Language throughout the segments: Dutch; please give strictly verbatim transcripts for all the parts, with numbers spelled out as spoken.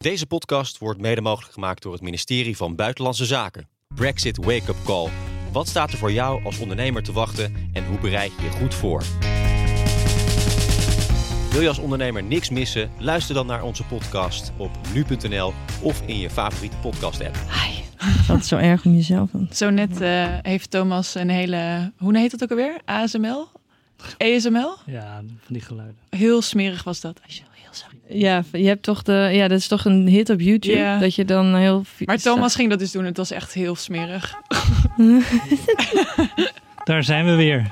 Deze podcast wordt mede mogelijk gemaakt door het ministerie van Buitenlandse Zaken. Brexit Wake-up Call. Wat staat er voor jou als ondernemer te wachten en hoe bereid je je goed voor? Wil je als ondernemer niks missen? Luister dan naar onze podcast op nu punt n l of in je favoriete podcast-app. Ai, dat is zo erg om jezelf. Zo net uh, heeft Thomas een hele... Hoe heet dat ook alweer? A S M L? A S M L? Ja, van die geluiden. Heel smerig was dat. Als je heel zacht... Ja, je hebt toch de... Ja, dat is toch een hit op YouTube. Ja. Dat je dan heel... Maar Thomas ging dat dus doen. Het was echt heel smerig. Daar zijn we weer.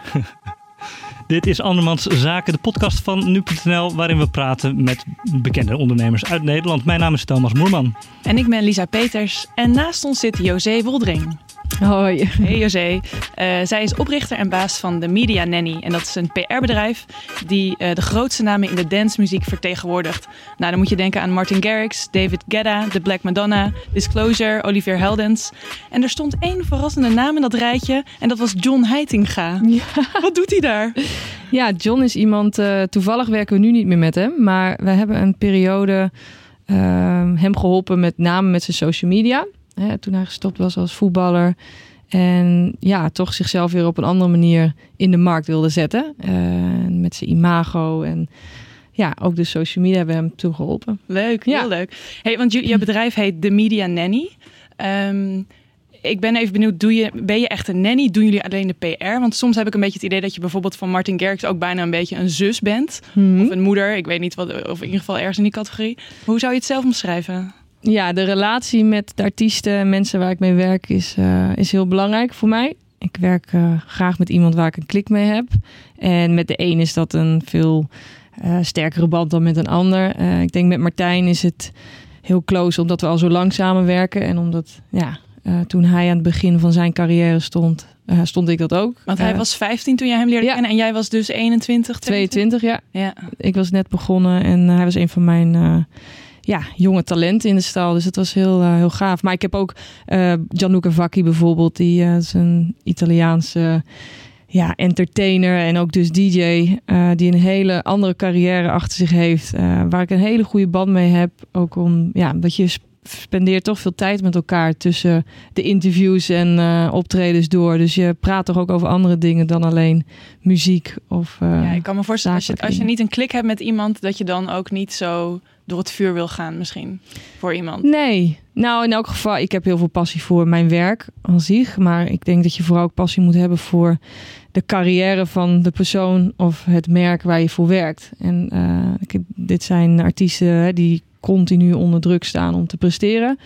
Dit is Andermans Zaken, de podcast van nu punt n l... waarin we praten met bekende ondernemers uit Nederland. Mijn naam is Thomas Moerman. En ik ben Lisa Peters. En naast ons zit José Woldring. Hoi. Hey José. Uh, zij is oprichter en baas van de Media Nanny. En dat is een P R-bedrijf die uh, de grootste namen in de dancemuziek vertegenwoordigt. Nou, dan moet je denken aan Martin Garrix, David Guetta, The Black Madonna, Disclosure, Olivier Heldens. En er stond één verrassende naam in dat rijtje en dat was John Heitinga. Ja. Wat doet hij daar? Ja, John is iemand... Uh, toevallig werken we nu niet meer met hem. Maar we hebben een periode uh, hem geholpen met name met zijn social media. Hè, toen hij gestopt was als voetballer. En ja, toch zichzelf weer op een andere manier in de markt wilde zetten. Uh, met zijn imago en ja, ook de social media hebben hem toen geholpen. Leuk, Ja. heel leuk. Hey, want je, je bedrijf heet de Media Nanny. Um, ik ben even benieuwd, doe je, ben je echt een nanny? Doen jullie alleen de P R? Want soms heb ik een beetje het idee dat je bijvoorbeeld van Martin Garrix ook bijna een beetje een zus bent. Hmm. Of een moeder, ik weet niet wat, of in ieder geval ergens in die categorie. Hoe zou je het zelf omschrijven? Ja, de relatie met de artiesten en mensen waar ik mee werk is, uh, is heel belangrijk voor mij. Ik werk uh, graag met iemand waar ik een klik mee heb. En met de een is dat een veel uh, sterkere band dan met een ander. Uh, ik denk met Martijn is het heel close omdat we al zo lang samenwerken. En omdat ja, uh, toen hij aan het begin van zijn carrière stond, uh, stond ik dat ook. Want hij Uh, was vijftien toen jij hem leerde ja. kennen en jij was dus eenentwintig, tweeëntwintig, ja. Ja. Ik was net begonnen en uh, hij was een van mijn... Uh, Ja, jonge talenten in de stal. Dus het was heel, uh, heel gaaf. Maar ik heb ook uh, Gianluca Vacchi bijvoorbeeld. Die uh, is een Italiaanse ja, entertainer en ook dus D J. Uh, die een hele andere carrière achter zich heeft. Uh, waar ik een hele goede band mee heb. Ook om, ja, dat je spendeert toch veel tijd met elkaar tussen de interviews en uh, optredens door. Dus je praat toch ook over andere dingen dan alleen muziek of uh, Ja, ik kan me voorstellen, als je, als je dingen. niet een klik hebt met iemand, dat je dan ook niet zo door het vuur wil gaan misschien voor iemand. Nee, nou in elk geval, ik heb heel veel passie voor mijn werk aan zich. Maar ik denk dat je vooral ook passie moet hebben voor de carrière van de persoon of het merk waar je voor werkt. En uh, ik, dit zijn artiesten hè, die continu onder druk staan om te presteren.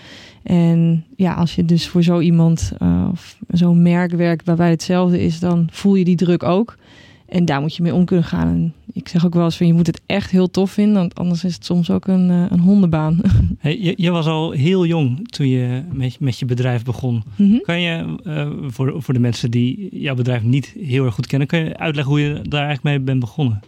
En ja, als je dus voor zo iemand uh, of zo'n merk werkt waarbij hetzelfde is, dan voel je die druk ook. En daar moet je mee om kunnen gaan. En ik zeg ook wel eens van, je moet het echt heel tof vinden, want anders is het soms ook een, uh, een hondenbaan. Hey, je, je was al heel jong toen je met, met je bedrijf begon. Mm-hmm. Kan je, uh, voor, voor de mensen die jouw bedrijf niet heel erg goed kennen, kan je uitleggen hoe je daar eigenlijk mee bent begonnen?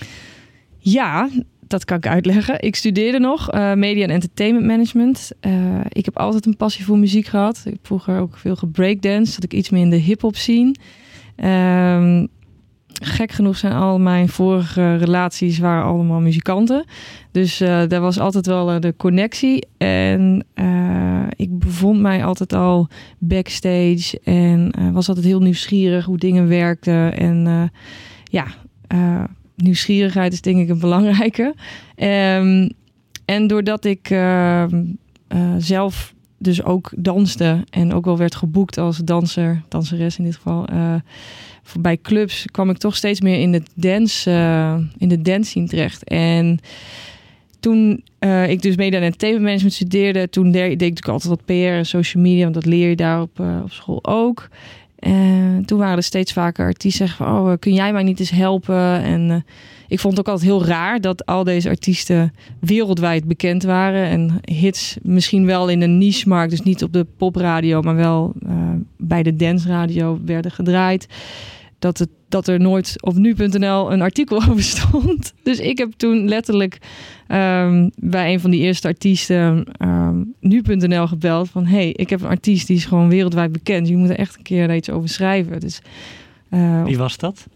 Ja, dat kan ik uitleggen. Ik studeerde nog uh, media en entertainment management. Uh, ik heb altijd een passie voor muziek gehad. Ik heb vroeger ook veel gebreakdanced. Zat ik iets meer in de hip-hop scene. Um, Gek genoeg zijn al mijn vorige relaties waren allemaal muzikanten. Dus uh, daar was altijd wel uh, de connectie. En uh, ik bevond mij altijd al backstage. En uh, was altijd heel nieuwsgierig hoe dingen werkten. En uh, ja, uh, nieuwsgierigheid is denk ik een belangrijke. Um, en doordat ik uh, uh, zelf dus ook danste en ook wel werd geboekt als danser, danseres in dit geval... Uh, bij clubs kwam ik toch steeds meer in de dance, uh, in de dance scene terecht. En toen uh, ik dus media en entertainment management studeerde, toen deed, deed ik natuurlijk altijd wat P R en social media, want dat leer je daar op, uh, op school ook. En toen waren er steeds vaker artiesten zeggen van, oh, kun jij mij niet eens helpen? En uh, ik vond het ook altijd heel raar dat al deze artiesten wereldwijd bekend waren. En hits misschien wel in een niche-markt, dus niet op de popradio, maar wel uh, bij de dansradio werden gedraaid. Dat, het, dat er nooit op nu punt n l een artikel over stond. Dus ik heb toen letterlijk um, bij een van die eerste artiesten um, nu punt n l gebeld van, hey, ik heb een artiest die is gewoon wereldwijd bekend. Je moet er echt een keer iets over schrijven. Dus, uh, Wie was dat?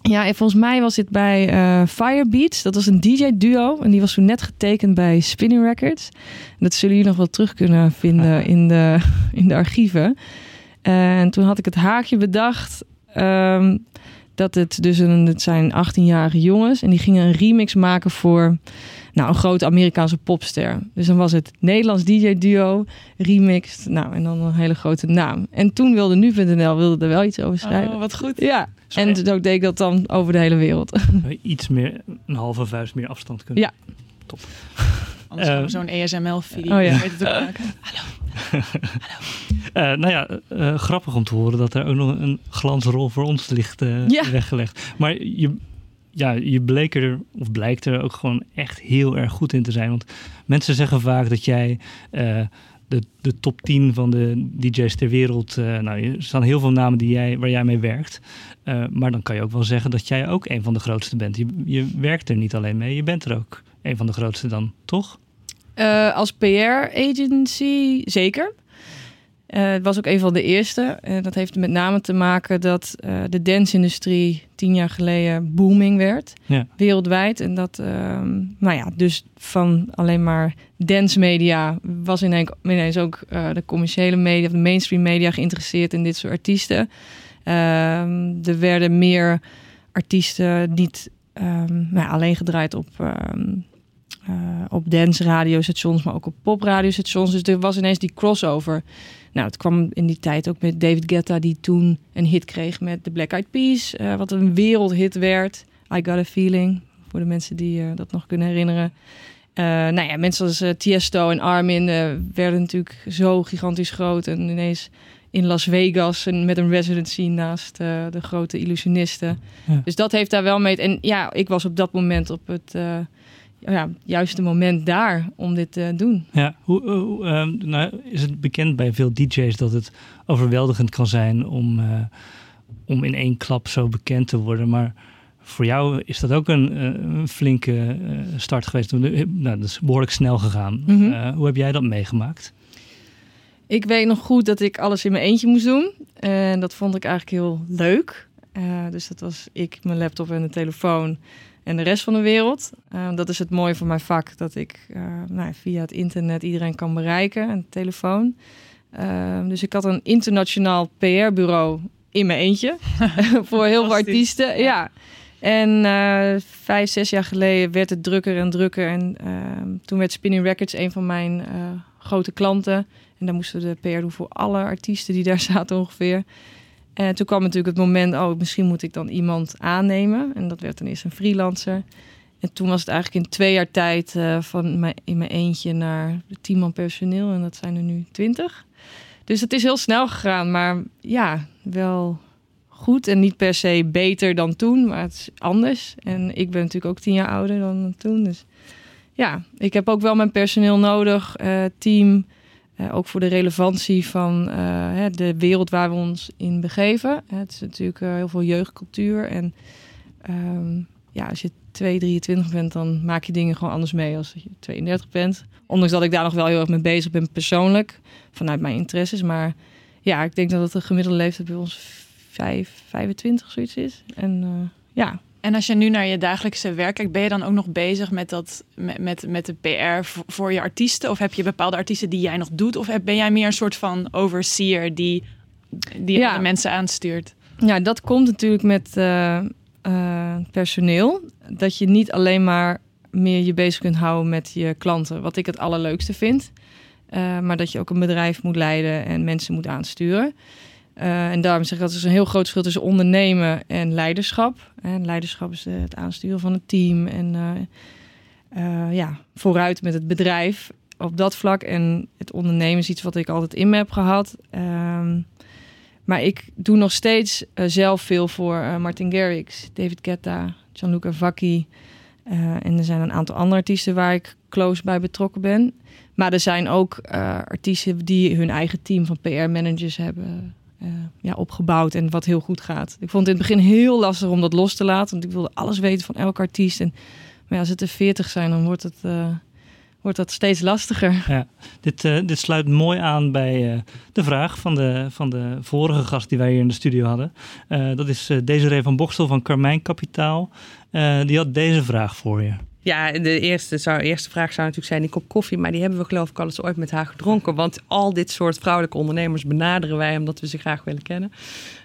Ja, en volgens mij was dit bij uh, Firebeats. Dat was een D J-duo. En die was toen net getekend bij Spinning Records. En dat zullen jullie nog wel terug kunnen vinden in de, in de archieven. En toen had ik het haakje bedacht... Um, dat het dus een, het zijn achttienjarige jongens. En die gingen een remix maken voor nou, een grote Amerikaanse popster. Dus dan was het Nederlands D J-duo, remixed. Nou, en dan een hele grote naam. En toen wilde nu punt n l wilde er wel iets over schrijven. Oh, wat goed. Ja, en toen deed ik dat dan over de hele wereld. Iets meer, een halve vuist meer afstand kunnen. Ja. Top. Anders gaan we Uh, zo'n A S M L-video oh ja. weet het ook maken. Hallo. Uh, nou ja, uh, grappig om te horen dat er ook nog een glansrol voor ons ligt uh, Ja. weggelegd. Maar je, ja, je bleek er, of blijkt er ook gewoon echt heel erg goed in te zijn. Want mensen zeggen vaak dat jij uh, de, de top tien van de D J's ter wereld... Uh, nou, er staan heel veel namen die jij, waar jij mee werkt. Uh, maar dan kan je ook wel zeggen dat jij ook een van de grootste bent. Je, je werkt er niet alleen mee, je bent er ook een van de grootste dan, toch? Uh, als P R-agency zeker. Uh, het was ook een van de eerste. En dat heeft met name te maken dat uh, de dance-industrie tien jaar geleden booming werd. Ja. Wereldwijd. En dat, um, nou ja, dus van alleen maar dance media was ineens, ineens ook uh, de commerciële media, of de mainstream media geïnteresseerd in dit soort artiesten. Um, er werden meer artiesten niet um, nou ja, alleen gedraaid op... Um, Uh, op dance radiostations, maar ook op pop radiostations. Dus er was ineens die crossover. Nou, het kwam in die tijd ook met David Guetta, die toen een hit kreeg met de Black Eyed Peas, uh, wat een wereldhit werd. I Got a Feeling, voor de mensen die uh, dat nog kunnen herinneren. Uh, nou ja, mensen als uh, Tiesto en Armin uh, werden natuurlijk zo gigantisch groot en ineens in Las Vegas en met een residency naast uh, de grote illusionisten. Ja. Dus dat heeft daar wel mee. En ja, ik was op dat moment op het uh, ja, juiste moment daar om dit te doen. Ja, hoe, hoe uh, nou, is het bekend bij veel D J's dat het overweldigend kan zijn om, uh, om in één klap zo bekend te worden, maar voor jou is dat ook een, een flinke uh, start geweest. Nou, dat is behoorlijk snel gegaan. Mm-hmm. Uh, hoe heb jij dat meegemaakt? Ik weet nog goed dat ik alles in mijn eentje moest doen. En dat vond ik eigenlijk heel leuk. Uh, dus dat was ik, mijn laptop en de telefoon en de rest van de wereld. Uh, dat is het mooie van mijn vak. Dat ik uh, nou, via het internet iedereen kan bereiken. En de telefoon. Uh, dus ik had een internationaal P R-bureau in mijn eentje. voor heel veel artiesten. Ja. ja. En uh, vijf, zes jaar geleden werd het drukker en drukker. En uh, toen werd Spinning Records een van mijn uh, grote klanten. En daar moesten we de P R doen voor alle artiesten die daar zaten ongeveer. En toen kwam natuurlijk het moment, oh, misschien moet ik dan iemand aannemen. En dat werd dan eerst een freelancer. En toen was het eigenlijk in twee jaar tijd uh, van mijn, in mijn eentje naar tien man personeel. En dat zijn er nu twintig. Dus het is heel snel gegaan, maar ja, wel goed. En niet per se beter dan toen, maar het is anders. En ik ben natuurlijk ook tien jaar ouder dan toen. Dus ja, ik heb ook wel mijn personeel nodig, uh, team... Uh, ook voor de relevantie van uh, hè, de wereld waar we ons in begeven. Uh, het is natuurlijk uh, heel veel jeugdcultuur. En um, ja, als je twee, drieëntwintig bent, dan maak je dingen gewoon anders mee als je tweeëndertig bent. Ondanks dat ik daar nog wel heel erg mee bezig ben persoonlijk, vanuit mijn interesses. Maar ja, ik denk dat het de gemiddelde leeftijd bij ons vijf, vijfentwintig zoiets is. En uh, ja... En als je nu naar je dagelijkse werk kijkt, ben je dan ook nog bezig met, dat, met, met, met de P R voor, voor je artiesten? Of heb je bepaalde artiesten die jij nog doet? Of ben jij meer een soort van overseer die, die ja. alle mensen aanstuurt? Ja, dat komt natuurlijk met uh, uh, personeel. Dat je niet alleen maar meer je bezig kunt houden met je klanten. Wat ik het allerleukste vind. Uh, maar dat je ook een bedrijf moet leiden en mensen moet aansturen. Uh, en daarom zeg ik dat er is een heel groot verschil tussen ondernemen en leiderschap. En leiderschap is het aansturen van het team en uh, uh, ja, vooruit met het bedrijf op dat vlak. En het ondernemen is iets wat ik altijd in me heb gehad. Um, maar ik doe nog steeds uh, zelf veel voor uh, Martin Garrix, David Guetta, Gianluca Vacchi. Uh, en er zijn een aantal andere artiesten waar ik close bij betrokken ben. Maar er zijn ook uh, artiesten die hun eigen team van P R-managers hebben Uh, ja, opgebouwd en wat heel goed gaat. Ik vond het in het begin heel lastig om dat los te laten, want ik wilde alles weten van elke artiest. En, maar ja, als het er veertig zijn, dan wordt het, uh, wordt dat steeds lastiger. Ja, dit, uh, dit sluit mooi aan bij uh, de vraag van de, van de vorige gast die wij hier in de studio hadden. Uh, dat is uh, Desiree van Bokstel van Carmijn Kapitaal. Uh, die had deze vraag voor je. Ja, de eerste, zou, eerste vraag zou natuurlijk zijn die kop koffie. Maar die hebben we geloof ik al eens ooit met haar gedronken. Want al dit soort vrouwelijke ondernemers benaderen wij omdat we ze graag willen kennen.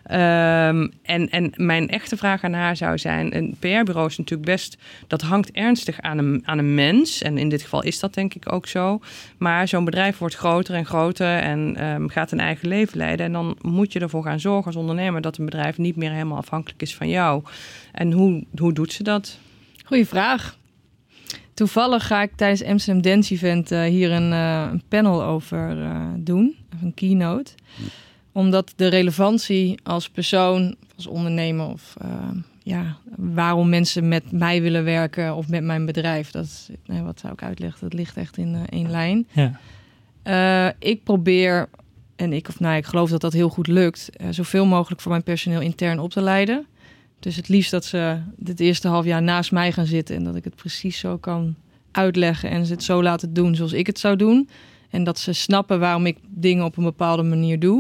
Um, en, en mijn echte vraag aan haar zou zijn... een P R-bureau is natuurlijk best... dat hangt ernstig aan een, aan een mens. En in dit geval is dat denk ik ook zo. Maar zo'n bedrijf wordt groter en groter... en um, gaat een eigen leven leiden. En dan moet je ervoor gaan zorgen als ondernemer... dat een bedrijf niet meer helemaal afhankelijk is van jou. En hoe, hoe doet ze dat? Goeie vraag. Toevallig ga ik tijdens Amsterdam Dance Event uh, hier een, uh, een panel over uh, doen. Een keynote. Omdat de relevantie als persoon, als ondernemer... of uh, ja, waarom mensen met mij willen werken of met mijn bedrijf... dat, nee, wat zou ik uitleggen? Dat ligt echt in uh, één lijn. Ja. Uh, ik probeer, en ik, of, nou, ik geloof dat dat heel goed lukt... Uh, zoveel mogelijk voor mijn personeel intern op te leiden... Dus het liefst dat ze dit eerste half jaar naast mij gaan zitten... en dat ik het precies zo kan uitleggen en ze het zo laten doen zoals ik het zou doen. En dat ze snappen waarom ik dingen op een bepaalde manier doe.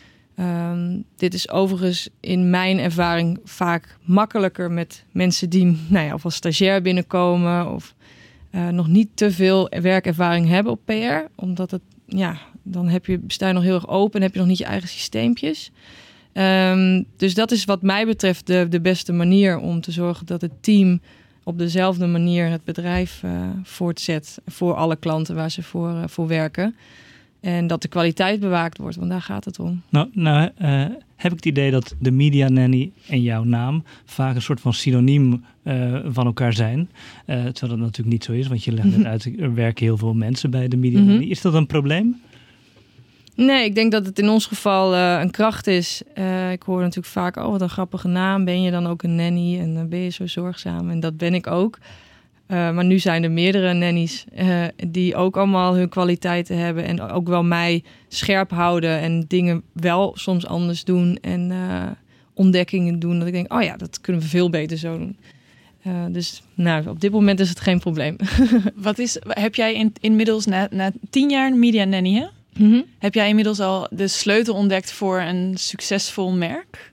Um, dit is overigens in mijn ervaring vaak makkelijker met mensen die nou ja, of als stagiair binnenkomen... of uh, nog niet te veel werkervaring hebben op P R. Omdat het, ja, dan heb je, sta je nog heel erg open en heb je nog niet je eigen systeempjes... Um, dus dat is wat mij betreft de, de beste manier om te zorgen dat het team op dezelfde manier het bedrijf uh, voortzet voor alle klanten waar ze voor, uh, voor werken. En dat de kwaliteit bewaakt wordt, want daar gaat het om. Nou, nou uh, heb ik het idee dat de Media Nanny en jouw naam vaak een soort van synoniem uh, van elkaar zijn. Uh, terwijl dat natuurlijk niet zo is, want je legt het uit, er werken heel veel mensen bij de Media Nanny. Is dat een probleem? Nee, ik denk dat het in ons geval uh, een kracht is. Uh, ik hoor natuurlijk vaak, oh wat een grappige naam. Ben je dan ook een nanny en uh, ben je zo zorgzaam? En dat ben ik ook. Uh, maar nu zijn er meerdere nannies uh, die ook allemaal hun kwaliteiten hebben. En ook wel mij scherp houden en dingen wel soms anders doen. En uh, ontdekkingen doen. Dat ik denk, oh ja, dat kunnen we veel beter zo doen. Uh, dus nou, op dit moment is het geen probleem. Wat is, heb jij in, inmiddels na, na tien jaar Media Nanny, hè? Mm-hmm. Heb jij inmiddels al de sleutel ontdekt voor een succesvol merk?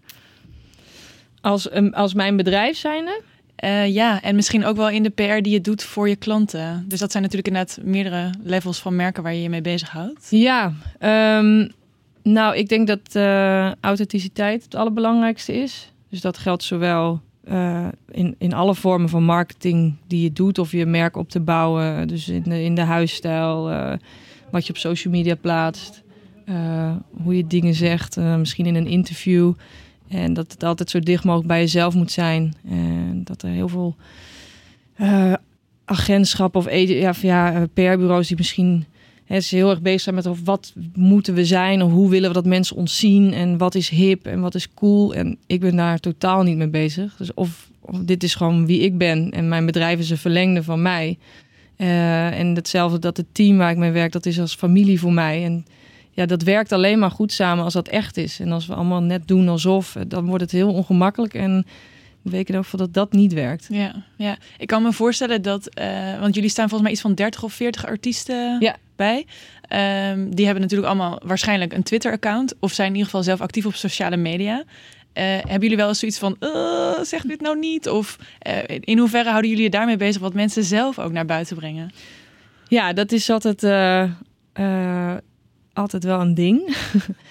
Als, um, als mijn bedrijf zijnde? Uh, ja, en misschien ook wel in de P R die je doet voor je klanten. Dus dat zijn natuurlijk inderdaad meerdere levels van merken waar je je mee bezighoudt. Ja, um, nou ik denk dat uh, authenticiteit het allerbelangrijkste is. Dus dat geldt zowel uh, in, in alle vormen van marketing die je doet of je merk op te bouwen. Dus in de, in de huisstijl... Uh, wat je op social media plaatst, uh, hoe je dingen zegt, uh, misschien in een interview. En dat het altijd zo dicht mogelijk bij jezelf moet zijn. En dat er heel veel uh, agentschappen of ja, ja, P R-bureaus die misschien hè, ze heel erg bezig zijn met of wat moeten we zijn of hoe willen we dat mensen ons zien en wat is hip en wat is cool. En ik ben daar totaal niet mee bezig. Dus of, of dit is gewoon wie ik ben en mijn bedrijf is een verlengde van mij. Uh, en hetzelfde dat het team waar ik mee werk, dat is als familie voor mij. En ja, dat werkt alleen maar goed samen als dat echt is. En als we allemaal net doen alsof, dan wordt het heel ongemakkelijk. En weet ik ook van dat dat niet werkt. Ja, ja. Ik kan me voorstellen dat, uh, want jullie staan volgens mij iets van dertig of veertig artiesten ja. bij. Um, die hebben natuurlijk allemaal waarschijnlijk een Twitter-account of zijn in ieder geval zelf actief op sociale media. Uh, hebben jullie wel eens zoiets van, uh, zeg dit nou niet? Of uh, in hoeverre houden jullie je daarmee bezig wat mensen zelf ook naar buiten brengen? Ja, dat is altijd, uh, uh, altijd wel een ding. uh,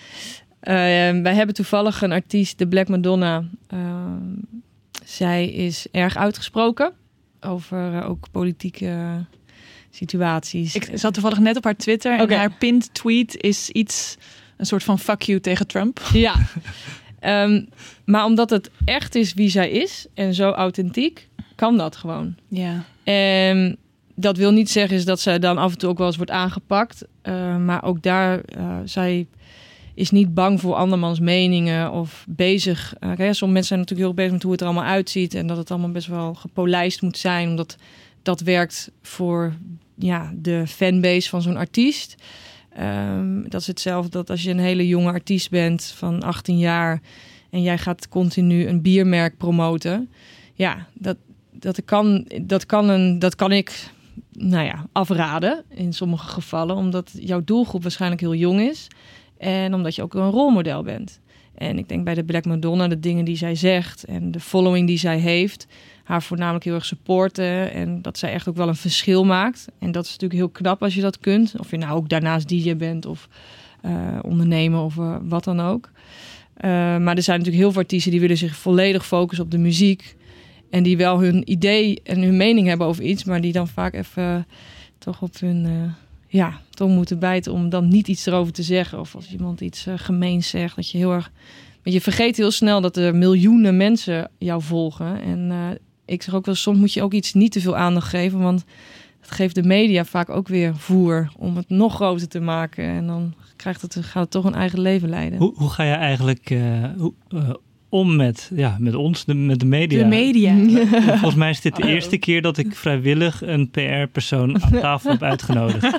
wij hebben toevallig een artiest, de Black Madonna. Uh, zij is erg uitgesproken over uh, ook politieke situaties. Ik zat toevallig net op haar Twitter en okay. haar pinned tweet is iets, een soort van fuck you tegen Trump. Ja. Um, maar omdat het echt is wie zij is en zo authentiek, kan dat gewoon. Ja. En dat wil niet zeggen is dat zij dan af en toe ook wel eens wordt aangepakt. Uh, maar ook daar, uh, zij is niet bang voor andermans meningen of bezig. Uh, kijk, sommige mensen zijn natuurlijk heel bezig met hoe het er allemaal uitziet en dat het allemaal best wel gepolijst moet zijn, omdat dat werkt voor ja, de fanbase van zo'n artiest. Um, dat is hetzelfde dat als je een hele jonge artiest bent van achttien jaar en jij gaat continu een biermerk promoten. Ja, dat, dat, kan, dat, kan, een, dat kan ik nou ja, afraden in sommige gevallen. Omdat jouw doelgroep waarschijnlijk heel jong is. En omdat je ook een rolmodel bent. En ik denk bij de Black Madonna, de dingen die zij zegt en de following die zij heeft, haar voornamelijk heel erg supporten en dat zij echt ook wel een verschil maakt. En dat is natuurlijk heel knap als je dat kunt. Of je nou ook daarnaast D J bent of uh, ondernemer of uh, wat dan ook. Uh, maar er zijn natuurlijk heel veel artiesten die willen zich volledig focussen op de muziek. En die wel hun idee en hun mening hebben over iets, maar die dan vaak even uh, toch op hun... Uh, ja, tong moeten bijten om dan niet iets erover te zeggen. Of als iemand iets uh, gemeens zegt, dat je heel erg... Want je vergeet heel snel dat er miljoenen mensen jou volgen. En uh, ik zeg ook wel, soms moet je ook iets niet te veel aandacht geven, want het geeft de media vaak ook weer voer om het nog groter te maken. En dan krijgt het, gaat het toch een eigen leven leiden. Hoe, hoe ga je eigenlijk uh, hoe, uh, om met, ja, met ons, de, met de media? De media. Volgens mij is dit de eerste keer dat ik vrijwillig een P R-persoon aan tafel heb uitgenodigd.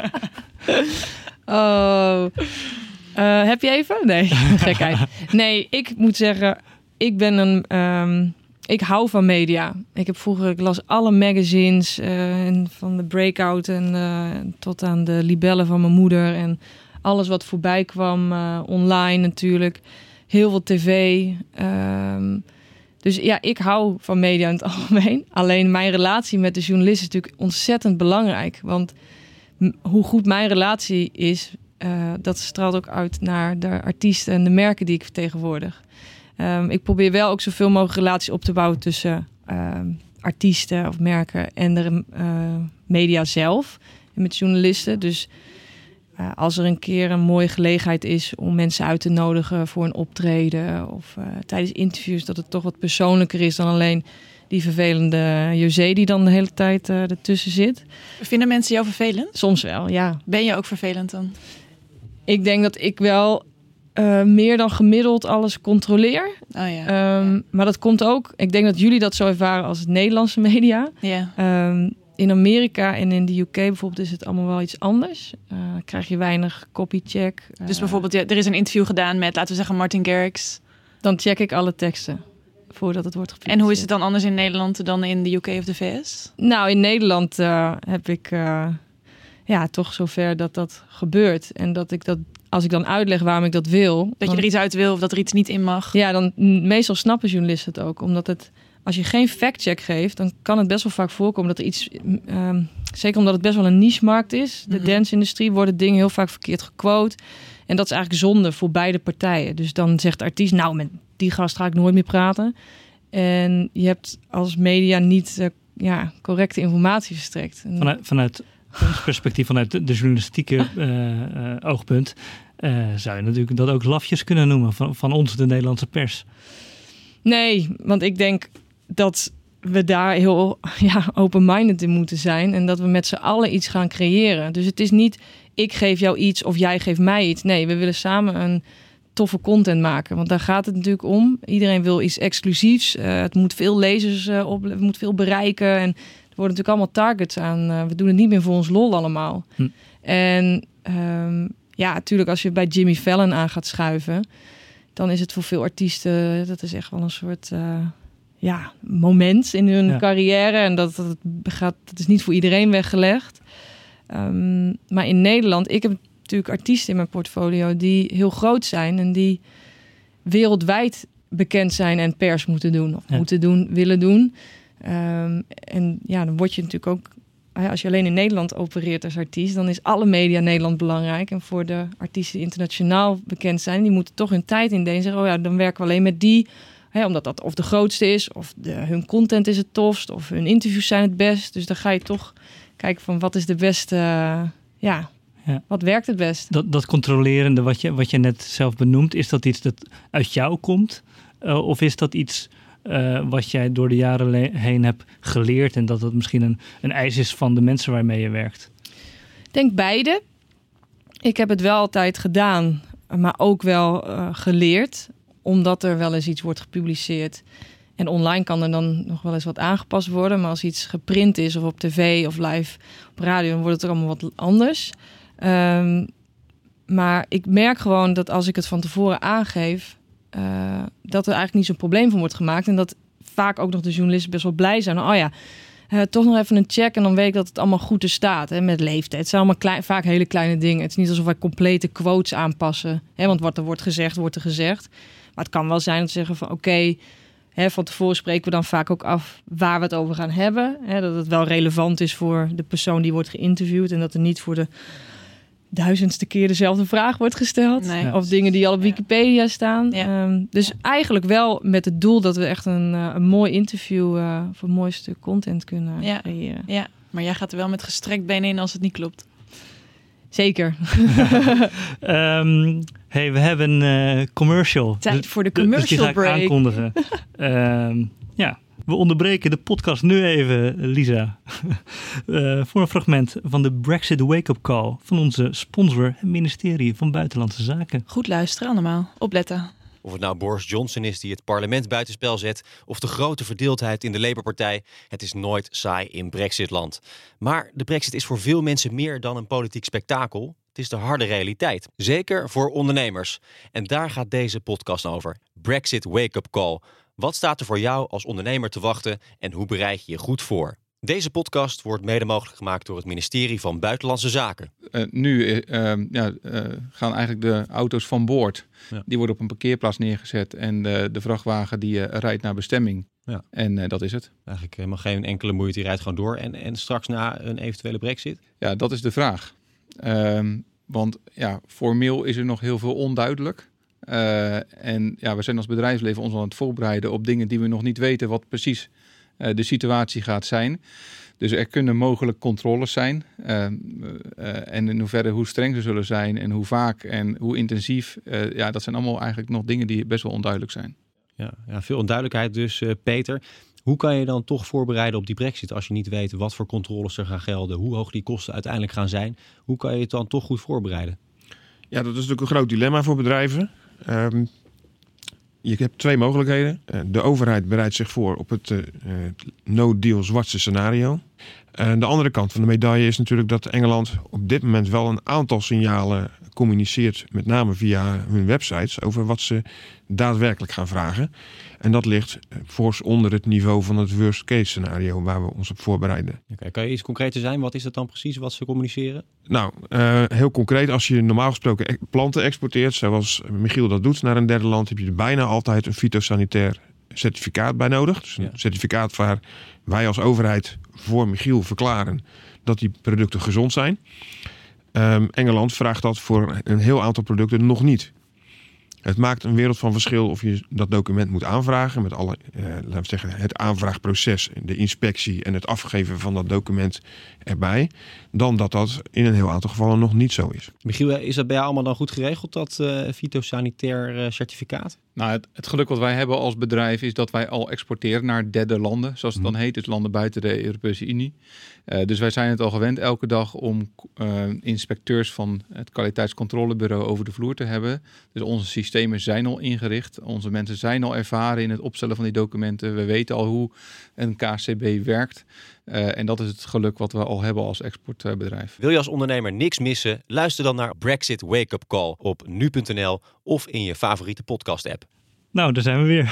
Oh, uh, heb je even? Nee, gekheid. Nee, ik moet zeggen, ik ben een... Um, ik hou van media. Ik heb vroeger, ik las alle magazines, uh, en van de Breakout en uh, tot aan de libellen van mijn moeder en alles wat voorbij kwam, uh, online natuurlijk. Heel veel tv. Um, dus ja, ik hou van media in het algemeen. Alleen mijn relatie met de journalist is natuurlijk ontzettend belangrijk. Want m- hoe goed mijn relatie is, uh, dat straalt ook uit naar de artiesten en de merken die ik vertegenwoordig. Um, ik probeer wel ook zoveel mogelijk relaties op te bouwen tussen uh, artiesten of merken en de uh, media zelf. En met journalisten. Dus uh, als er een keer een mooie gelegenheid is om mensen uit te nodigen voor een optreden of uh, tijdens interviews, dat het toch wat persoonlijker is dan alleen die vervelende José die dan de hele tijd uh, ertussen zit. Vinden mensen jou vervelend? Soms wel, ja. Ben je ook vervelend dan? Ik denk dat ik wel uh, meer dan gemiddeld alles controleer. Oh ja. Um, ja. Maar dat komt ook, ik denk dat jullie dat zo ervaren als het Nederlandse media. Ja. Um, in Amerika en in de U K bijvoorbeeld is het allemaal wel iets anders. Uh, krijg je weinig copycheck. Uh, Dus bijvoorbeeld, ja, er is een interview gedaan met, laten we zeggen, Martin Garrix. Dan check ik alle teksten voordat het wordt gepubliceerd. En hoe is het dan anders in Nederland dan in de U K of de V S? Nou, in Nederland uh, heb ik uh, ja, toch zover dat dat gebeurt. En dat ik dat, als ik dan uitleg waarom ik dat wil. Dat dan, je er iets uit wil of dat er iets niet in mag. Ja, dan meestal snappen journalisten het ook. Omdat het, als je geen factcheck geeft, dan kan het best wel vaak voorkomen dat er iets... Um, zeker omdat het best wel een niche-markt is. De Mm-hmm. dance-industrie worden dingen heel vaak verkeerd gequote. En dat is eigenlijk zonde voor beide partijen. Dus dan zegt de artiest, nou, met die gast ga ik nooit meer praten. En je hebt als media niet uh, ja, correcte informatie verstrekt. En Vanuit, vanuit ons perspectief, vanuit de, de journalistieke uh, uh, oogpunt, uh, zou je natuurlijk dat ook lafjes kunnen noemen van, van ons, de Nederlandse pers. Nee, want ik denk dat we daar heel ja, open-minded in moeten zijn. En dat we met z'n allen iets gaan creëren. Dus het is niet, ik geef jou iets of jij geeft mij iets. Nee, we willen samen een toffe content maken. Want daar gaat het natuurlijk om. Iedereen wil iets exclusiefs. Uh, het moet veel lezers uh, op, het moet veel bereiken. En er worden natuurlijk allemaal targets aan. Uh, we doen het niet meer voor ons lol allemaal. Hm. En um, ja, natuurlijk als je bij Jimmy Fallon aan gaat schuiven, dan is het voor veel artiesten, dat is echt wel een soort uh, ja, moment in hun ja. carrière. En dat, dat, gaat, dat is niet voor iedereen weggelegd. Um, maar in Nederland, ik heb natuurlijk artiesten in mijn portfolio die heel groot zijn en die wereldwijd bekend zijn en pers moeten doen. Of ja. moeten doen, willen doen. Um, en ja, dan word je natuurlijk ook, als je alleen in Nederland opereert als artiest, dan is alle media Nederland belangrijk. En voor de artiesten die internationaal bekend zijn, die moeten toch hun tijd indelen en zeggen, oh ja, dan werken we alleen met die. Hè, omdat dat of de grootste is, of de, hun content is het tofst, of hun interviews zijn het best. Dus dan ga je toch kijken van wat is de beste, uh, ja, ja, wat werkt het best. Dat, dat controlerende wat je, wat je net zelf benoemt, is dat iets dat uit jou komt? Uh, of is dat iets uh, wat jij door de jaren le- heen hebt geleerd en dat dat misschien een, een eis is van de mensen waarmee je werkt? Ik denk beide. Ik heb het wel altijd gedaan, maar ook wel uh, geleerd, omdat er wel eens iets wordt gepubliceerd. En online kan er dan nog wel eens wat aangepast worden. Maar als iets geprint is of op tv of live op radio, dan wordt het er allemaal wat anders. Um, maar ik merk gewoon dat als ik het van tevoren aangeef, uh, dat er eigenlijk niet zo'n probleem van wordt gemaakt. En dat vaak ook nog de journalisten best wel blij zijn. Oh ja, Uh, toch nog even een check en dan weet ik dat het allemaal goed er staat. Hè, met leeftijd. Het zijn allemaal klein, vaak hele kleine dingen. Het is niet alsof wij complete quotes aanpassen. Hè, want wat er wordt gezegd, wordt er gezegd. Maar het kan wel zijn om te zeggen van oké... Okay, Hè, van tevoren spreken we dan vaak ook af waar we het over gaan hebben. Hè, dat het wel relevant is voor de persoon die wordt geïnterviewd. En dat er niet voor de duizendste keer dezelfde vraag wordt gesteld. Nee. Of dingen die al op Wikipedia staan. Ja. Um, dus eigenlijk wel met het doel dat we echt een, uh, een mooi interview... Uh, of een mooi stuk content kunnen Ja. creëren. Ja, maar jij gaat er wel met gestrekt been in als het niet klopt. Zeker. um, hey, we hebben een uh, commercial. Tijd voor de Dus commercial die ga ik break. aankondigen. um, ja, we onderbreken de podcast nu even, Lisa. uh, voor een fragment van de Brexit Wake-up Call van onze sponsor, het ministerie van Buitenlandse Zaken. Goed luisteren allemaal. Opletten. Of het nou Boris Johnson is die het parlement buitenspel zet... of de grote verdeeldheid in de Labour-partij... het is nooit saai in Brexitland. Maar de Brexit is voor veel mensen meer dan een politiek spektakel. Het is de harde realiteit. Zeker voor ondernemers. En daar gaat deze podcast over. Brexit Wake-up Call. Wat staat er voor jou als ondernemer te wachten... en hoe bereid je je goed voor? Deze podcast wordt mede mogelijk gemaakt door het ministerie van Buitenlandse Zaken. Uh, nu uh, ja, uh, gaan eigenlijk de auto's van boord. Ja. Die worden op een parkeerplaats neergezet en de, de vrachtwagen die uh, rijdt naar bestemming. Ja. En uh, dat is het. Eigenlijk helemaal geen enkele moeite, die rijdt gewoon door. En, en straks na een eventuele brexit? Ja, dat is de vraag. Uh, want ja, formeel is er nog heel veel onduidelijk. Uh, en ja, we zijn als bedrijfsleven ons aan het voorbereiden op dingen die we nog niet weten wat precies uh, de situatie gaat zijn. Dus er kunnen mogelijk controles zijn. Uh, uh, en in hoeverre hoe streng ze zullen zijn en hoe vaak en hoe intensief. Uh, ja, dat zijn allemaal eigenlijk nog dingen die best wel onduidelijk zijn. Ja, ja veel onduidelijkheid dus, uh, Peter. Hoe kan je dan toch voorbereiden op die brexit als je niet weet wat voor controles er gaan gelden, hoe hoog die kosten uiteindelijk gaan zijn? Hoe kan je het dan toch goed voorbereiden? Ja, dat is natuurlijk een groot dilemma voor bedrijven. Um, je hebt twee mogelijkheden. De overheid bereidt zich voor op het uh, no-deal zwartste scenario. En de andere kant van de medaille is natuurlijk dat Engeland op dit moment wel een aantal signalen communiceert, met name via hun websites, over wat ze daadwerkelijk gaan vragen. En dat ligt fors onder het niveau van het worst case scenario waar we ons op voorbereiden. Okay, kan je iets concreter zijn? Wat is dat dan precies wat ze communiceren? Nou, uh, heel concreet, als je normaal gesproken planten exporteert, zoals Michiel dat doet naar een derde land, heb je er bijna altijd een fytosanitair certificaat bij nodig. Dus een ja. certificaat waar wij als overheid voor Michiel verklaren dat die producten gezond zijn. Um, Engeland vraagt dat voor een heel aantal producten nog niet. Het maakt een wereld van verschil of je dat document moet aanvragen met alle, uh, laten we zeggen, het aanvraagproces, de inspectie en het afgeven van dat document erbij, dan dat dat in een heel aantal gevallen nog niet zo is. Michiel, is dat bij jou allemaal dan goed geregeld, dat uh, fytosanitair uh, certificaat? Nou, het, het geluk wat wij hebben als bedrijf is dat wij al exporteren naar derde landen, zoals het dan heet, dus landen buiten de Europese Unie. Uh, dus wij zijn het al gewend elke dag om uh, inspecteurs van het kwaliteitscontrolebureau over de vloer te hebben. Dus onze systemen zijn al ingericht. Onze mensen zijn al ervaren in het opstellen van die documenten. We weten al hoe een K C B werkt. Uh, en dat is het geluk wat we al hebben als exportbedrijf. Wil je als ondernemer niks missen? Luister dan naar Brexit Wake Up Call op nu punt n l of in je favoriete podcast app. Nou, daar zijn we weer.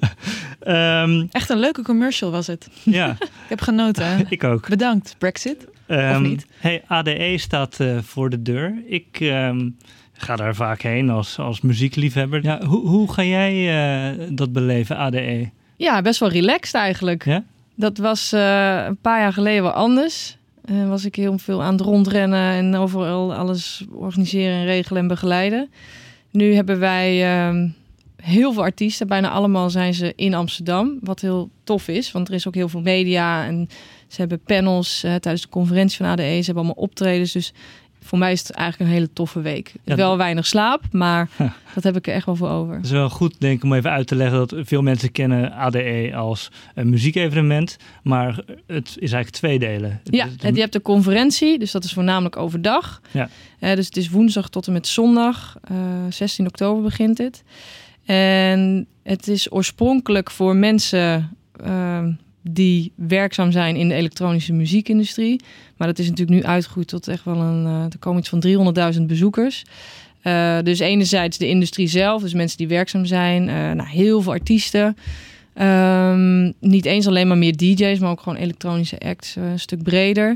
um, Echt een leuke commercial was het. Ja. Ik heb genoten. Ik ook. Bedankt, Brexit. Um, of niet? Hey, A D E staat uh, voor de deur. Ik um, ga daar vaak heen als, als muziekliefhebber. Ja, hoe, hoe ga jij uh, dat beleven, A D E? Ja, best wel relaxed eigenlijk. Ja? Dat was uh, een paar jaar geleden wel anders. Uh, was ik heel veel aan het rondrennen en overal alles organiseren en regelen en begeleiden. Nu hebben wij uh, heel veel artiesten. Bijna allemaal zijn ze in Amsterdam. Wat heel tof is, want er is ook heel veel media. En ze hebben panels uh, tijdens de conferentie van A D E. Ze hebben allemaal optredens. Dus voor mij is het eigenlijk een hele toffe week. Ja, wel weinig slaap, maar ja. dat heb ik er echt wel voor over. Het is wel goed, denk ik, om even uit te leggen dat veel mensen kennen A D E als een muziekevenement, maar het is eigenlijk twee delen. Ja, en je hebt de conferentie, dus dat is voornamelijk overdag. Ja. Uh, dus het is woensdag tot en met zondag, uh, zestien oktober begint het. En het is oorspronkelijk voor mensen Uh, die werkzaam zijn in de elektronische muziekindustrie. Maar dat is natuurlijk nu uitgegroeid tot echt wel een... Uh, er komen iets van driehonderdduizend bezoekers. Uh, dus enerzijds de industrie zelf, dus mensen die werkzaam zijn. Uh, nou, heel veel artiesten. Um, niet eens alleen maar meer D J's, maar ook gewoon elektronische acts, uh, een stuk breder.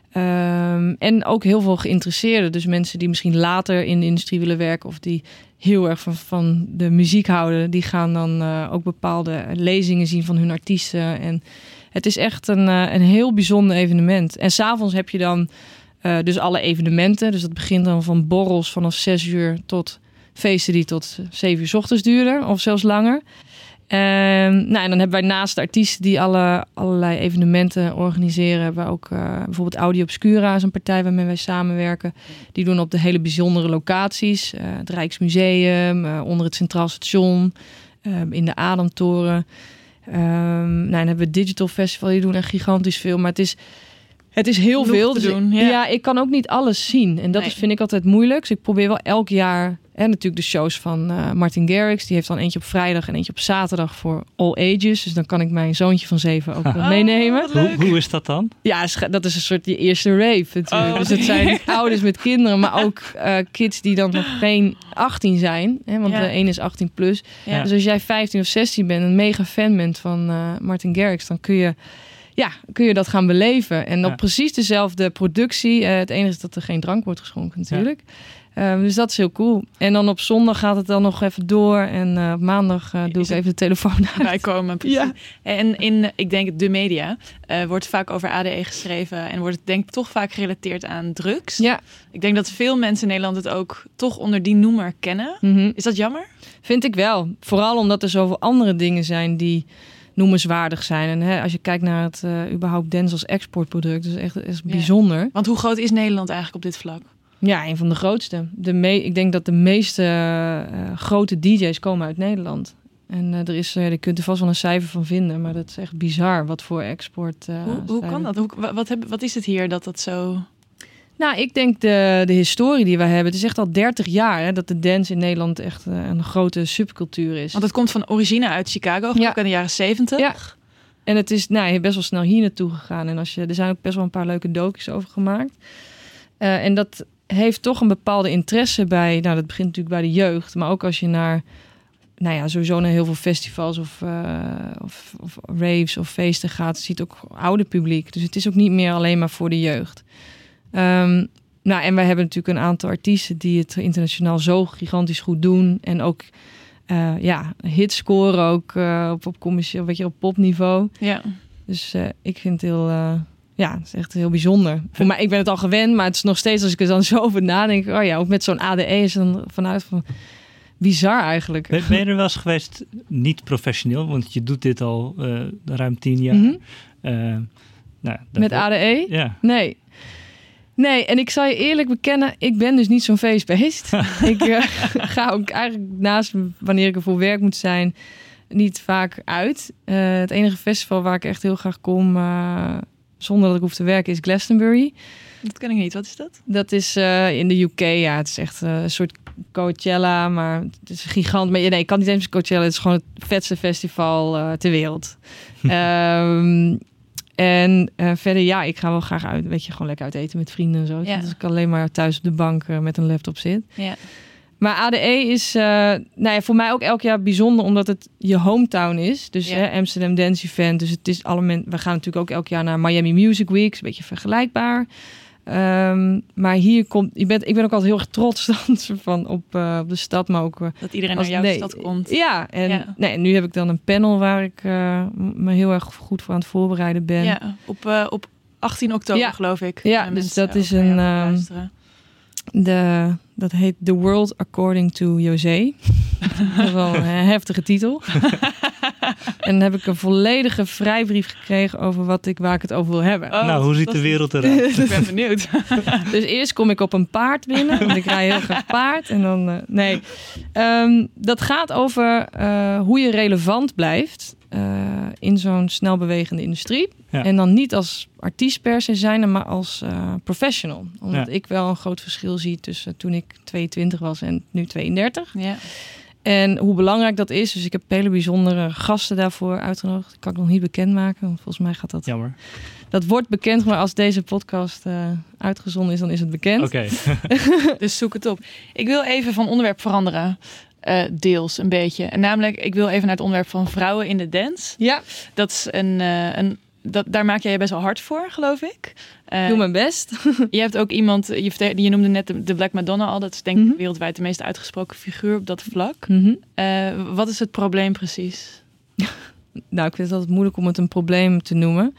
Um, en ook heel veel geïnteresseerden. Dus mensen die misschien later in de industrie willen werken of die heel erg van, van de muziek houden, die gaan dan uh, ook bepaalde lezingen zien van hun artiesten. En het is echt een, uh, een heel bijzonder evenement. En 's avonds heb je dan uh, dus alle evenementen. Dus dat begint dan van borrels vanaf zes uur tot feesten die tot zeven uur 's ochtends duren of zelfs langer. Um, nou, en dan hebben wij naast de artiesten die alle, allerlei evenementen organiseren, hebben we ook uh, bijvoorbeeld Audio Obscura is een partij waarmee wij samenwerken. Die doen op de hele bijzondere locaties. Uh, het Rijksmuseum, uh, onder het Centraal Station, uh, in de Ademtoren. Um, nou, dan hebben we het Digital Festival, die doen echt gigantisch veel. Maar het is, het is heel Genoeg veel. te Dus doen, ik, ja. ja, ik kan ook niet alles zien. En dat Nee. is, vind ik altijd moeilijk. Dus ik probeer wel elk jaar. En natuurlijk de shows van uh, Martin Garrix. Die heeft dan eentje op vrijdag en eentje op zaterdag voor all ages. Dus dan kan ik mijn zoontje van zeven ook uh, meenemen. wat leuk. Hoe, hoe is dat dan? Ja, sch- dat is een soort die eerste rave natuurlijk. Oh, dus het zijn ouders met kinderen, maar ook uh, kids die dan nog geen achttien zijn. Hè, want Ja. de een is achttien plus. Ja. Dus als jij vijftien of zestien bent en een mega fan bent van uh, Martin Garrix, dan kun je, ja, kun je dat gaan beleven. En Ja. op precies dezelfde productie. Uh, het enige is dat er geen drank wordt geschonken natuurlijk. Um, dus dat is heel cool. En dan op zondag gaat het dan nog even door. En uh, op maandag uh, doe Is ik het even de telefoon uit. Bijkomen, precies. Ja. En in, ik denk, de media uh, wordt vaak over A D E geschreven en wordt het denk ik toch vaak gerelateerd aan drugs. Ja. Ik denk dat veel mensen in Nederland het ook toch onder die noemer kennen. Mm-hmm. Is dat jammer? Vind ik wel. Vooral omdat er zoveel andere dingen zijn die noemenswaardig zijn. En hè, als je kijkt naar het uh, überhaupt dance als exportproduct, dat is echt is Ja. bijzonder. Want hoe groot is Nederland eigenlijk op dit vlak? Ja, een van de grootste. De me- ik denk dat de meeste uh, grote D J's komen uit Nederland. En uh, er is, uh, je kunt er vast wel een cijfer van vinden, maar dat is echt bizar wat voor export. Uh, hoe hoe kan dat? Hoe, wat, heb, wat is het hier dat dat zo... Nou, ik denk de, de historie die wij hebben. Het is echt al dertig jaar hè, dat de dance in Nederland echt uh, een grote subcultuur is. Want het komt van origine uit Chicago, Ja. ook in de jaren zeventig. Ja. En het is nou, best wel snel hier naartoe gegaan. En als je, er zijn ook best wel een paar leuke docu's over gemaakt. Uh, en dat heeft toch een bepaalde interesse bij... Nou, dat begint natuurlijk bij de jeugd. Maar ook als je naar... Nou ja, sowieso naar heel veel festivals of, uh, of, of raves of feesten gaat... ziet ook oude publiek. Dus het is ook niet meer alleen maar voor de jeugd. Um, nou, en wij hebben natuurlijk een aantal artiesten... die het internationaal zo gigantisch goed doen. En ook uh, ja, hits scoren ook uh, op, op commercieel, weet je, op popniveau. Ja. Dus uh, ik vind het heel... Uh, Ja, het is echt heel bijzonder. Voor mij, ik ben het al gewend, maar het is nog steeds als ik er dan zo over nadenk. Oh ja, ook met zo'n A D E is dan vanuit van bizar eigenlijk. Ben, ben je er wel eens geweest, niet professioneel, want je doet dit al uh, ruim tien jaar. Mm-hmm. Uh, nou, met A D E? Ja. Nee. Nee, en ik zal je eerlijk bekennen, ik ben dus niet zo'n feestbeest. ik uh, ga ook eigenlijk naast wanneer ik er voor werk moet zijn, niet vaak uit. Uh, het enige festival waar ik echt heel graag kom... Uh, zonder dat ik hoef te werken, is Glastonbury. Dat ken ik niet. Wat is dat? Dat is uh, in de U K, ja. Het is echt uh, een soort Coachella, maar het is een gigant. Maar nee, ik kan niet eens Coachella. Het is gewoon het vetste festival uh, ter wereld. um, en uh, verder, ja, ik ga wel graag uit. Weet je, gewoon lekker uit eten met vrienden en zo. Ja. Dus ik alleen maar thuis op de bank uh, met een laptop zit. Ja. Maar A D E is uh, nou ja, voor mij ook elk jaar bijzonder, omdat het je hometown is. Dus Ja. hè, Amsterdam Dance Event. Dus het is alle men- we gaan natuurlijk ook elk jaar naar Miami Music Week. Is een beetje vergelijkbaar. Um, maar hier komt, je bent, ik ben ook altijd heel erg trots dan, van op, uh, op de stad, maar ook uh, Dat iedereen als- naar jouw nee, stad komt. Ja, en, Ja. Nee, en nu heb ik dan een panel waar ik uh, me heel erg goed voor aan het voorbereiden ben. Ja, op, uh, op achttien oktober Ja. geloof ik. Ja, Uh, dus mensen dat is ook naar een, jou gaan um, luisteren. De, dat heet The World According to José. Dat is wel een heftige titel. En dan heb ik een volledige vrijbrief gekregen over wat ik, waar ik het over wil hebben. Oh, nou, hoe ziet dat de is- wereld eruit? Ik ben benieuwd. Dus eerst kom ik op een paard binnen. Want ik rij heel graag paard. En dan, uh, nee. Um, dat gaat over uh, hoe je relevant blijft uh, in zo'n snel bewegende industrie. Ja. En dan niet als artiest per se zijn, maar als uh, professional. Omdat Ja. ik wel een groot verschil zie tussen toen ik tweeëntwintig was en nu tweeëndertig. Ja. En hoe belangrijk dat is. Dus ik heb hele bijzondere gasten daarvoor uitgenodigd. Dat kan ik nog niet bekendmaken. Want volgens mij gaat dat... Jammer. Dat wordt bekend, maar als deze podcast uh, uitgezonden is, dan is het bekend. Oké. Okay. Dus zoek het op. Ik wil even van onderwerp veranderen. Uh, deels een beetje. En namelijk, ik wil even naar het onderwerp van vrouwen in de dance. Ja. Dat is een... Uh, een dat, daar maak jij je best wel hard voor, geloof ik. Uh, Doe mijn best. Je hebt ook iemand, je, verte- je noemde net de, de Black Madonna al. Dat is denk ik mm-hmm. wereldwijd de meest uitgesproken figuur op dat vlak. Mm-hmm. Uh, wat is het probleem precies? Nou, ik vind het altijd moeilijk om het een probleem te noemen.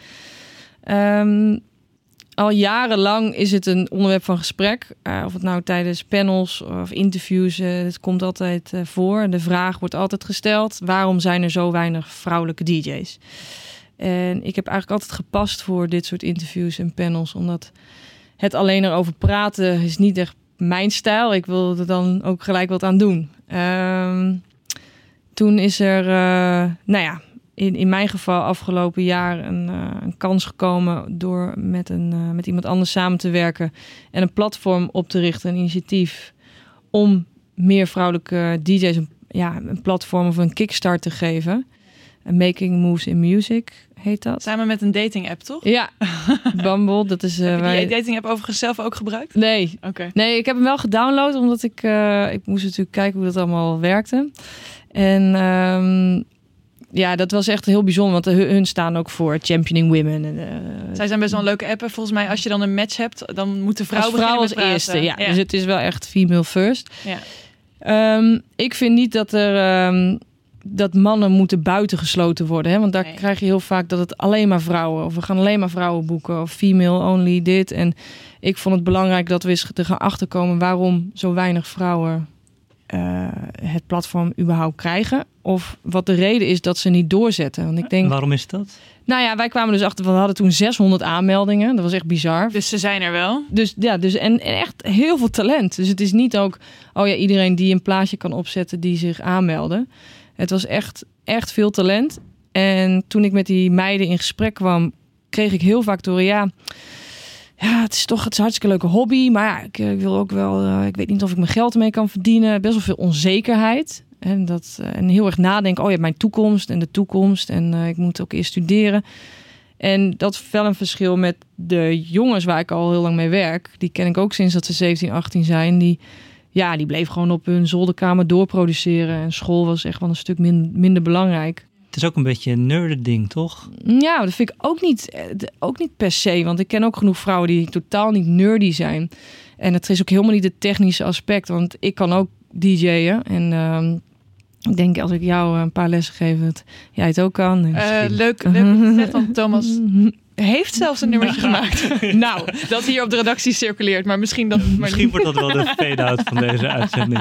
Um, al jarenlang is het een onderwerp van gesprek. Uh, of het nou tijdens panels of interviews, uh, het komt altijd uh, voor. De vraag wordt altijd gesteld, waarom zijn er zo weinig vrouwelijke D J's? En ik heb eigenlijk altijd gepast voor dit soort interviews en panels, omdat het alleen erover praten is niet echt mijn stijl. Ik wil er dan ook gelijk wat aan doen. Um, toen is er, uh, nou ja, in, in mijn geval afgelopen jaar een, uh, een kans gekomen door met, een, uh, met iemand anders samen te werken en een platform op te richten, een initiatief om meer vrouwelijke D J's een, ja, een platform of een kickstart te geven. Making Moves in Music heet dat. Samen met een dating app, toch? Ja, Bumble. Dat is, uh, heb je wij... die dating app overigens zelf ook gebruikt? Nee. Okay. Nee, ik heb hem wel gedownload, omdat ik, uh, ik moest natuurlijk kijken hoe dat allemaal werkte. En um, ja, dat was echt heel bijzonder, want hun, hun staan ook voor Championing Women. En, uh, zij zijn best wel een leuke app. Volgens mij, als je dan een match hebt, dan moet de vrouw als vrouw als eerste. Ja. ja, dus het is wel echt female first. Ja. Um, ik vind niet dat er... Um, dat mannen moeten buitengesloten worden. Hè? Want daar nee. krijg je heel vaak dat het alleen maar vrouwen... of we gaan alleen maar vrouwen boeken... of female only dit. En ik vond het belangrijk dat we eens er gaan achterkomen... waarom zo weinig vrouwen uh, het platform überhaupt krijgen. Of wat de reden is dat ze niet doorzetten. Want ik denk, waarom is dat? Nou ja, wij kwamen dus achter... we hadden toen zeshonderd aanmeldingen. Dat was echt bizar. Dus ze zijn er wel? Dus ja, dus, en, en echt heel veel talent. Dus het is niet ook... oh ja, iedereen die een plaatje kan opzetten... die zich aanmelden... Het was echt, echt veel talent. En toen ik met die meiden in gesprek kwam, kreeg ik heel vaak door, ja, ja, het is toch het is een hartstikke leuke hobby, maar ja, ik, ik wil ook wel, uh, ik weet niet of ik mijn geld ermee kan verdienen. Best wel veel onzekerheid. En, dat, uh, en heel erg nadenken, oh ja, mijn toekomst en de toekomst. En uh, ik moet ook eerst studeren. En dat is wel een verschil met de jongens waar ik al heel lang mee werk. Die ken ik ook sinds dat ze zeventien, achttien zijn. Die Ja, die bleef gewoon op hun zolderkamer doorproduceren. En school was echt wel een stuk min, minder belangrijk. Het is ook een beetje een nerd-ding, toch? Ja, dat vind ik ook niet, ook niet per se. Want ik ken ook genoeg vrouwen die totaal niet nerdy zijn. En het is ook helemaal niet het technische aspect. Want ik kan ook D J'en. En uh, ik denk als ik jou een paar lessen geef, dat jij het ook kan. En uh, leuk, leuk gezegd, want Thomas... heeft zelfs een nummertje gemaakt. Nou, dat hier op de redactie circuleert. Maar misschien dat... Maar misschien wordt dat wel de fade-out van deze uitzending.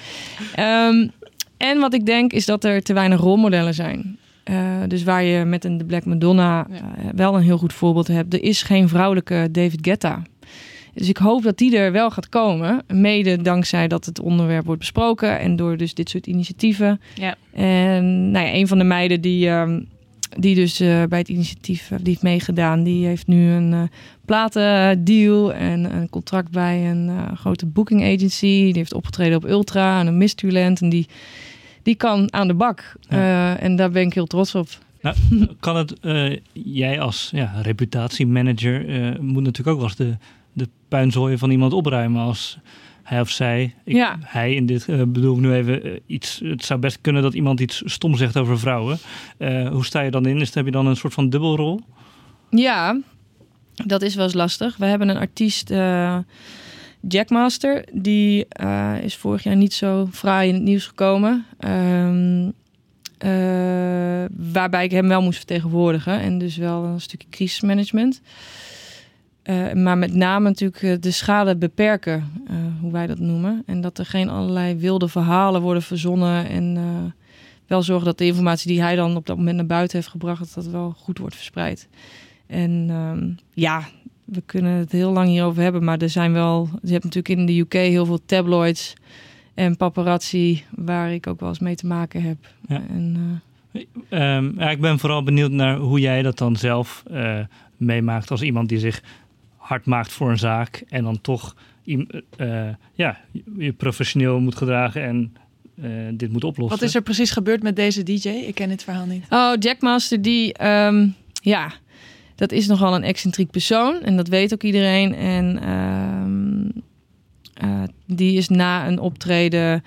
um, en wat ik denk is dat er te weinig rolmodellen zijn. Uh, dus waar je met een de Black Madonna uh, wel een heel goed voorbeeld hebt. Er is geen vrouwelijke David Guetta. Dus ik hoop dat die er wel gaat komen. Mede dankzij dat het onderwerp wordt besproken. En door dus dit soort initiatieven. Ja. En nou ja, een van de meiden die... Um, Die dus uh, bij het initiatief uh, die heeft meegedaan. Die heeft nu een uh, platendeal en een contract bij een uh, grote booking agency. Die heeft opgetreden op Ultra en een Mysteryland. En die, die kan aan de bak. Ja. Uh, en daar ben ik heel trots op. Nou, kan het, uh, jij als ja, reputatiemanager uh, moet natuurlijk ook wel eens de, de puinzooien van iemand opruimen als... hij of zij, ik, ja. hij in dit uh, bedoel ik nu even uh, iets. Het zou best kunnen dat iemand iets stom zegt over vrouwen. Uh, hoe sta je dan in? Is, heb je dan een soort van dubbelrol? Ja, dat is wel eens lastig. We hebben een artiest, uh, Jackmaster, die uh, is vorig jaar niet zo fraai in het nieuws gekomen. Um, uh, waarbij ik hem wel moest vertegenwoordigen en dus wel een stukje crisismanagement. Uh, maar met name natuurlijk uh, de schade beperken, uh, hoe wij dat noemen. En dat er geen allerlei wilde verhalen worden verzonnen. En uh, wel zorgen dat de informatie die hij dan op dat moment naar buiten heeft gebracht, dat dat wel goed wordt verspreid. En um, ja, we kunnen het heel lang hierover hebben, maar er zijn wel... Je hebt natuurlijk in de U K heel veel tabloids en paparazzi, waar ik ook wel eens mee te maken heb. Ja. En, uh, um, ja, ik ben vooral benieuwd naar hoe jij dat dan zelf uh, meemaakt als iemand die zich hard maakt voor een zaak en dan toch uh, ja, je professioneel moet gedragen en uh, dit moet oplossen. Wat is er precies gebeurd met deze D J? Ik ken dit verhaal niet. Oh, Jackmaster, die... Um, ja, dat is nogal een excentriek persoon. En dat weet ook iedereen. En um, uh, die is na een optreden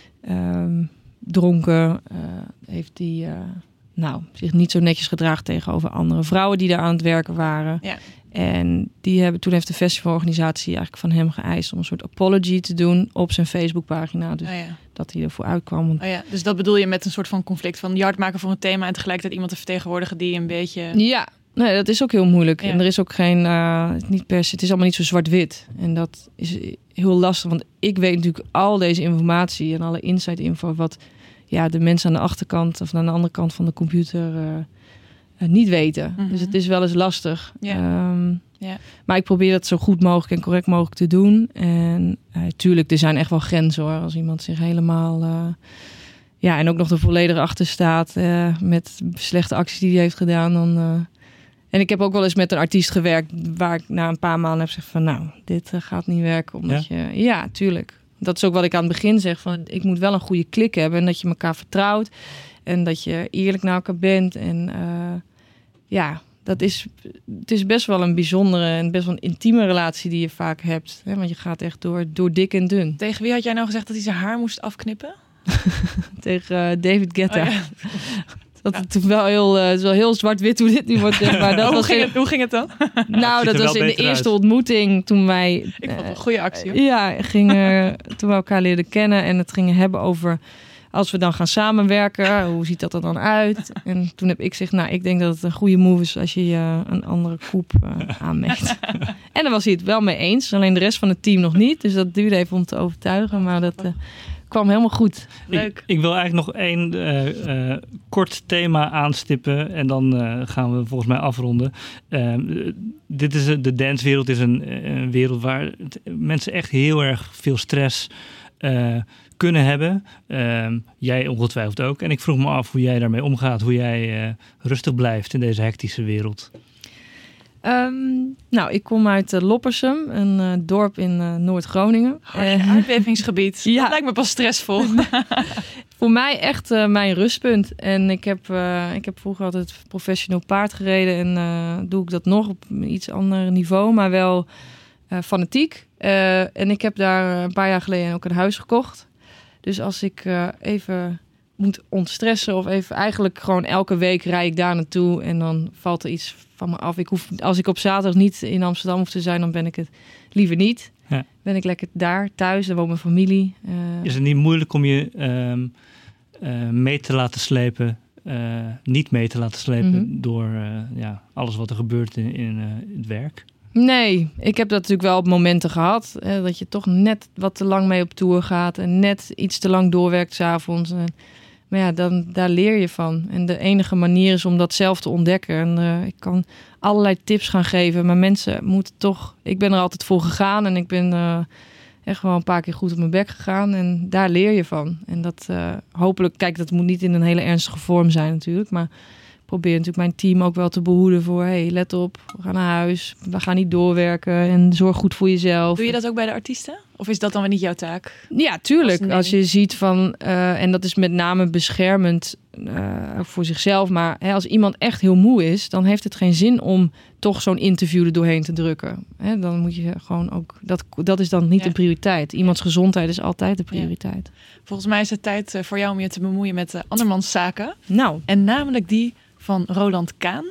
um, dronken. Uh, heeft die... Uh, nou, zich niet zo netjes gedragen tegenover andere vrouwen die daar aan het werken waren. Ja. En die hebben, toen heeft de festivalorganisatie eigenlijk van hem geëist om een soort apology te doen op zijn Facebookpagina. Dus oh ja. dat hij ervoor uitkwam. Want... Oh ja. Dus dat bedoel je met een soort van conflict van je hard maken voor een thema en tegelijkertijd iemand te vertegenwoordigen die een beetje... Ja, nee, dat is ook heel moeilijk. Ja. En er is ook geen, uh, niet per se, het is allemaal niet zo zwart-wit. En dat is heel lastig, want ik weet natuurlijk al deze informatie en alle inside info wat ja, de mensen aan de achterkant of aan de andere kant van de computer uh, uh, niet weten. Mm-hmm. Dus het is wel eens lastig. Ja. Um, ja. Maar ik probeer dat zo goed mogelijk en correct mogelijk te doen. En uh, tuurlijk, er zijn echt wel grenzen hoor. Als iemand zich helemaal... Uh, ja, en ook nog de volledige achter staat uh, met slechte acties die hij heeft gedaan. Dan, uh... En ik heb ook wel eens met een artiest gewerkt waar ik na een paar maanden heb gezegd van nou, dit uh, gaat niet werken. Omdat ja? je... Ja, tuurlijk. Dat is ook wat ik aan het begin zeg. Van, ik moet wel een goede klik hebben. En dat je elkaar vertrouwt. En dat je eerlijk naar elkaar bent. En uh, ja, dat is, het is best wel een bijzondere en best wel een intieme relatie die je vaak hebt. Hè? Want je gaat echt door, door dik en dun. Tegen wie had jij nou gezegd dat hij zijn haar moest afknippen? Tegen uh, David Guetta. Oh, ja. Dat het ja. wel heel, uh, het is wel heel zwart-wit hoe dit nu wordt. Maar dat hoe, was ging heel... het, hoe ging het dan? Nou, dat was in de eerste uit. ontmoeting toen wij... Ik vond het een goede actie. Hoor. Ja, gingen, toen we elkaar leerden kennen en het gingen hebben over... Als we dan gaan samenwerken, hoe ziet dat er dan uit? En toen heb ik gezegd, nou, ik denk dat het een goede move is als je je een andere koep uh, aanmeet. En daar was hij het wel mee eens. Alleen de rest van het team nog niet. Dus dat duurde even om te overtuigen. Maar dat uh, kwam helemaal goed. Leuk. Ik, ik wil eigenlijk nog één uh, uh, kort thema aanstippen. En dan uh, gaan we volgens mij afronden. Uh, dit is de dancewereld is een, een wereld waar het, mensen echt heel erg veel stress uh, kunnen hebben. Uh, jij ongetwijfeld ook. En ik vroeg me af hoe jij daarmee omgaat. Hoe jij uh, rustig blijft in deze hectische wereld. Um, nou, ik kom uit uh, Loppersum, een uh, dorp in uh, Noord-Groningen. Uh, aardbevingsgebied. Ja. Dat lijkt me pas stressvol. Voor mij echt uh, mijn rustpunt. En ik heb, uh, ik heb vroeger altijd professioneel paard gereden. En uh, doe ik dat nog op een iets ander niveau, maar wel uh, fanatiek. Uh, en ik heb daar een paar jaar geleden ook een huis gekocht. Dus als ik uh, even moet ontstressen of even eigenlijk gewoon elke week rij ik daar naartoe en dan valt er iets van me af. Ik hoef, als ik op zaterdag niet in Amsterdam hoef te zijn, dan ben ik het liever niet. Ja. Ben ik lekker daar thuis, dan woont mijn familie. Uh, Is het niet moeilijk om je um, uh, mee te laten slepen, uh, niet mee te laten slepen mm-hmm. door uh, ja, alles wat er gebeurt in, in uh, het werk? Nee, ik heb dat natuurlijk wel op momenten gehad. Hè, dat je toch net wat te lang mee op tour gaat en net iets te lang doorwerkt 's avonds. En, maar ja, dan, daar leer je van. En de enige manier is om dat zelf te ontdekken. En uh, ik kan allerlei tips gaan geven, maar mensen moeten toch... Ik ben er altijd voor gegaan en ik ben uh, echt wel een paar keer goed op mijn bek gegaan. En daar leer je van. En dat uh, hopelijk, kijk, dat moet niet in een hele ernstige vorm zijn natuurlijk, maar... probeer natuurlijk mijn team ook wel te behoeden voor... hey, let op, we gaan naar huis, we gaan niet doorwerken... en zorg goed voor jezelf. Doe je dat ook bij de artiesten? Of is dat dan weer niet jouw taak? Ja, tuurlijk. Als, als je ziet van... Uh, en dat is met name beschermend uh, voor zichzelf... maar hè, als iemand echt heel moe is... dan heeft het geen zin om toch zo'n interview er doorheen te drukken. Hè, dan moet je gewoon ook... Dat, dat is dan niet ja. de prioriteit. Iemands gezondheid is altijd de prioriteit. Ja. Volgens mij is het tijd voor jou om je te bemoeien met uh, andermans zaken. Nou. En namelijk die... van Roland Kaan.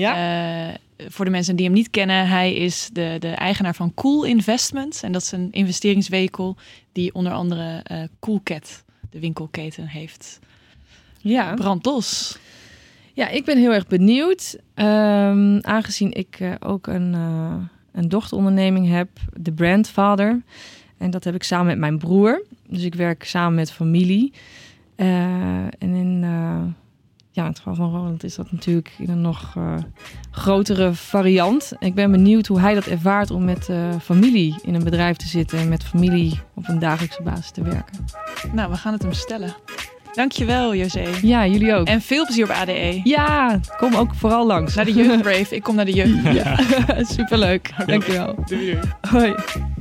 Ja. Uh, voor de mensen die hem niet kennen, hij is de, de eigenaar van Cool Investments. En dat is een investeringsvehikel die onder andere uh, Coolcat, de winkelketen, heeft. Ja. Brand los. Ja, ik ben heel erg benieuwd. Um, aangezien ik uh, ook een, uh, een dochteronderneming heb, de Brandfather. En dat heb ik samen met mijn broer. Dus ik werk samen met familie. Uh, en in... Uh, Ja, in het geval van Roland is dat natuurlijk in een nog uh, grotere variant. Ik ben benieuwd hoe hij dat ervaart om met uh, familie in een bedrijf te zitten... en met familie op een dagelijkse basis te werken. Nou, we gaan het hem stellen. Dankjewel, José. Ja, jullie ook. En veel plezier op A D E. Ja, kom ook vooral langs. Naar de Jeugdbrave. Ik kom naar de Jeugdbrave. Ja. Superleuk. Dankjewel. Doei. Hoi.